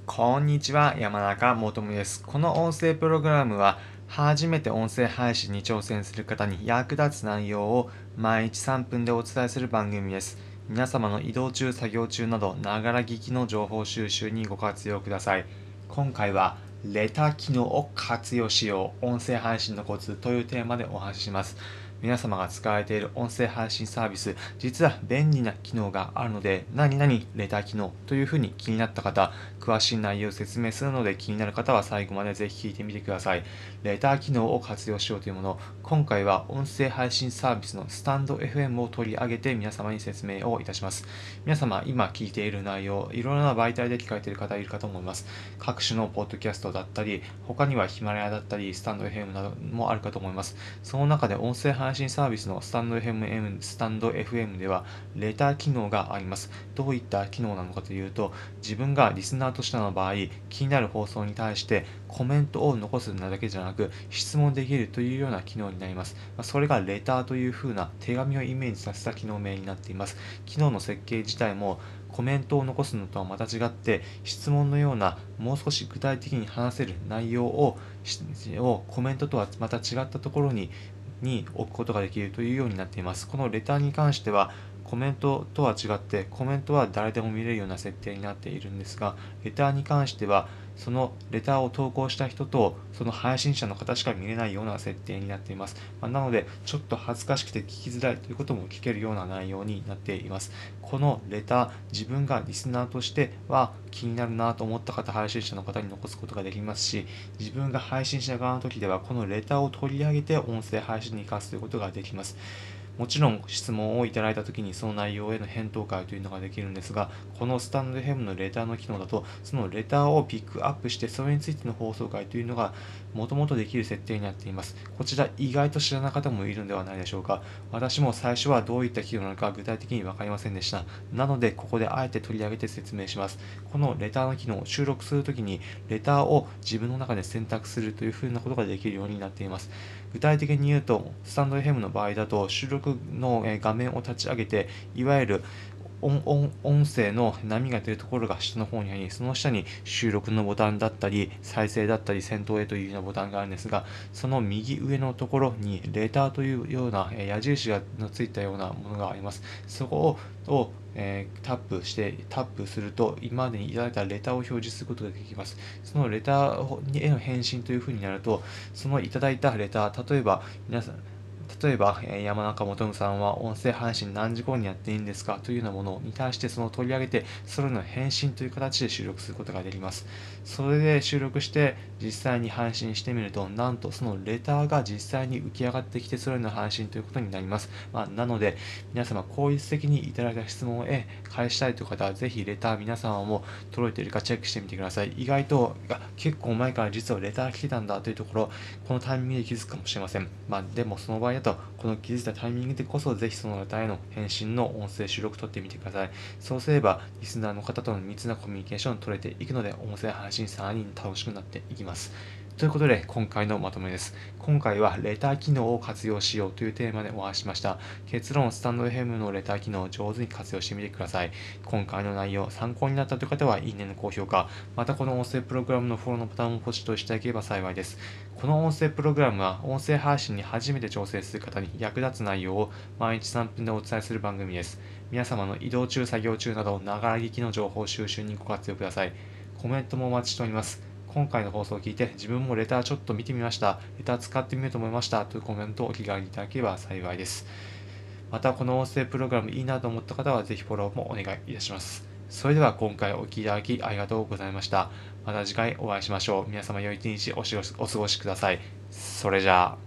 こんにちは、山中もとむです。この音声プログラムは、初めて音声配信に挑戦する方に役立つ内容を毎日3分でお伝えする番組です。皆様の移動中、作業中など、ながら聞きの情報収集にご活用ください。今回は、レター機能を活用しよう、音声配信のコツというテーマでお話しします。皆様が使われている音声配信サービス、実は便利な機能があるので、何々レター機能というふうに気になった方、詳しい内容を説明するので気になる方は最後までぜひ聞いてみてください。レター機能を活用しようというもの、今回は音声配信サービスのスタンド FM を取り上げて皆様に説明をいたします。皆様、今聞いている内容、いろいろな媒体で聞かれている方いるかと思います。各種のポッドキャストだったり、他にはヒマラヤだったり、スタンド FM などもあるかと思います。その中で音声配信サービスのスタンド FM では、レター機能があります。どういった機能なのかというと、自分がリスナーとしての場合、気になる放送に対してコメントを残すだけじゃなく、質問できるというような機能になります。それがレターという風な手紙をイメージさせた機能名になっています。機能の設計自体もコメントを残すのとはまた違って、質問のようなもう少し具体的に話せる内容をコメントとはまた違ったところに置くことができるというようになっています。このレターに関しては、コメントとは違って、コメントは誰でも見れるような設定になっているんですが、レターに関しては、そのレターを投稿した人と、その配信者の方しか見れないような設定になっています。なので、ちょっと恥ずかしくて聞きづらいということも聞けるような内容になっています。このレター、自分がリスナーとしては気になるなと思った方、配信者の方に残すことができますし、自分が配信者側の時では、このレターを取り上げて音声配信に活かすということができます。もちろん質問をいただいたときにその内容への返答会というのができるんですが、このスタンド FM のレターの機能だと、そのレターをピックアップして、それについての放送回というのがもともとできる設定になっています。こちら意外と知らない方もいるのではないでしょうか。私も最初はどういった機能なのか具体的に分かりませんでした。なので、ここであえて取り上げて説明します。このレターの機能、収録するときにレターを自分の中で選択するというふうなことができるようになっています。具体的に言うと、スタンド FM の場合だと、収録の画面を立ち上げて、いわゆる音声の波が出るところが下の方にあり、その下に収録のボタンだったり、再生だったり、先頭へというようなボタンがあるんですが、その右上のところにレターというような矢印がついたようなものがあります。そこをタップすると、今までにいただいたレターを表示することができます。そのレターへの返信というふうになると、そのいただいたレター、例えば、山中もとむさんは音声配信何時頃にやっていいんですかというようなものに対してその取り上げて、それの返信という形で収録することができます。それで収録して実際に配信してみると、なんとそのレターが実際に浮き上がってきて、それの配信ということになります。なので、皆様効率的にいただいた質問へ返したいという方は、ぜひレター皆様も届いているかチェックしてみてください。意外と、結構前から実はレター来てたんだというところ、このタイミングで気づくかもしれません。でもその場合だと、この気づいたタイミングでこそ、ぜひそのレターへの返信の音声収録取ってみてください。そうすれば、リスナーの方との密なコミュニケーションを取れていくので、音声配信さらに楽しくなっていきます。ということで、今回のまとめです。今回はレター機能を活用しようというテーマでお話ししました。結論、スタンド FM のレター機能を上手に活用してみてください。今回の内容、参考になったという方は、いいねの高評価、またこの音声プログラムのフォローのボタンをポチッと押していただければ幸いです。この音声プログラムは、音声配信に初めて挑戦する方に役立つ内容を毎日3分でお伝えする番組です。皆様の移動中、作業中など、ながら聞きの情報収集にご活用ください。コメントもお待ちしております。今回の放送を聞いて、自分もレターちょっと見てみました。レター使ってみようと思いました。というコメントをお気軽にいただければ幸いです。また、この音声プログラムいいなと思った方は、ぜひフォローもお願いいたします。それでは今回お聞きいただきありがとうございました。また次回お会いしましょう。皆様良い一日お過ごしください。それじゃあ。